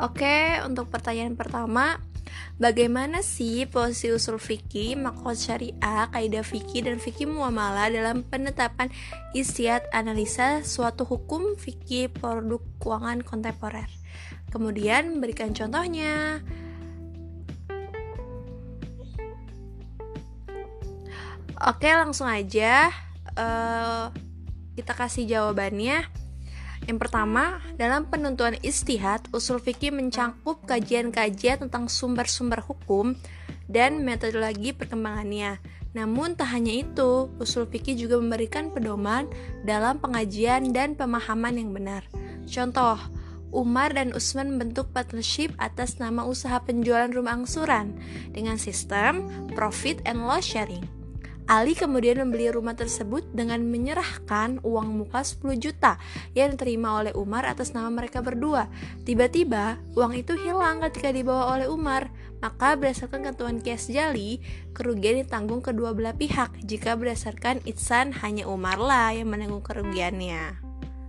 Oke, untuk pertanyaan pertama, bagaimana sih posisi usul fikih, makosid syariah, kaidah fikih, dan fikih muamalah dalam penetapan ijtihad analisa suatu hukum fikih produk keuangan kontemporer? Kemudian berikan contohnya. Oke, langsung aja kita kasih jawabannya. Yang pertama, dalam penentuan ijtihad, usul fikih mencangkup kajian-kajian tentang sumber-sumber hukum dan metodologi perkembangannya. Namun tak hanya itu, usul fikih juga memberikan pedoman dalam pengajian dan pemahaman yang benar. Contoh, Umar dan Utsman membentuk partnership atas nama usaha penjualan rumah angsuran dengan sistem profit and loss sharing. Ali kemudian membeli rumah tersebut dengan menyerahkan uang muka 10 juta yang diterima oleh Umar atas nama mereka berdua. Tiba-tiba, uang itu hilang ketika dibawa oleh Umar. Maka berdasarkan ketentuan Qiyas Jali, kerugian ditanggung kedua belah pihak. Jika berdasarkan ihsan, hanya Umar lah yang menanggung kerugiannya.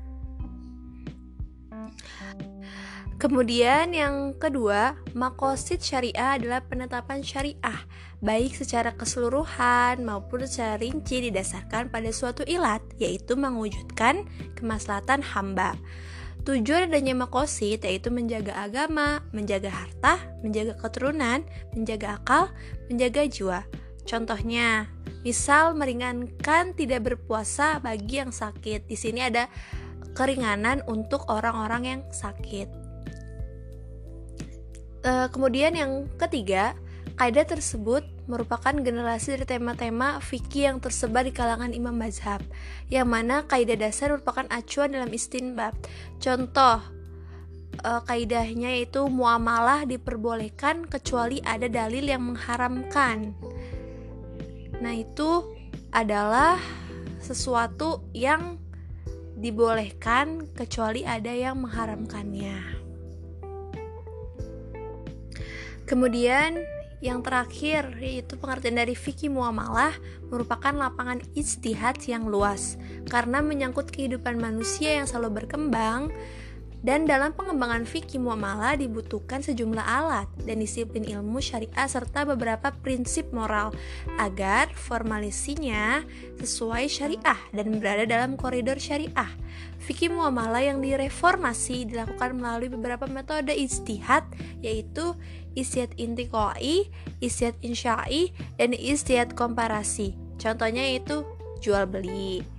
Kemudian yang kedua, makosid syariah adalah penetapan syariah, baik secara keseluruhan maupun secara rinci didasarkan pada suatu ilat, yaitu mewujudkan kemaslahatan hamba. Tujuan adanya makosid yaitu menjaga agama, menjaga harta, menjaga keturunan, menjaga akal, menjaga jiwa. Contohnya, misal meringankan tidak berpuasa bagi yang sakit. Di sini ada keringanan untuk orang-orang yang sakit. Kemudian yang ketiga, kaidah tersebut merupakan generasi dari tema-tema fikih yang tersebar di kalangan imam mazhab, yang mana kaidah dasar merupakan acuan dalam istinbat. Contoh kaidahnya yaitu muamalah diperbolehkan kecuali ada dalil yang mengharamkan. Nah, itu adalah sesuatu yang dibolehkan kecuali ada yang mengharamkannya. Kemudian yang terakhir yaitu pengertian dari fikih muamalah merupakan lapangan ijtihad yang luas karena menyangkut kehidupan manusia yang selalu berkembang, dan dalam pengembangan fikih muamalah dibutuhkan sejumlah alat dan disiplin ilmu syariah serta beberapa prinsip moral agar formalisasinya sesuai syariah dan berada dalam koridor syariah. Fikih muamalah yang direformasi dilakukan melalui beberapa metode ijtihad, yaitu ijtihad intiqai, ijtihad insya'i, dan ijtihad komparasi. Contohnya yaitu jual beli.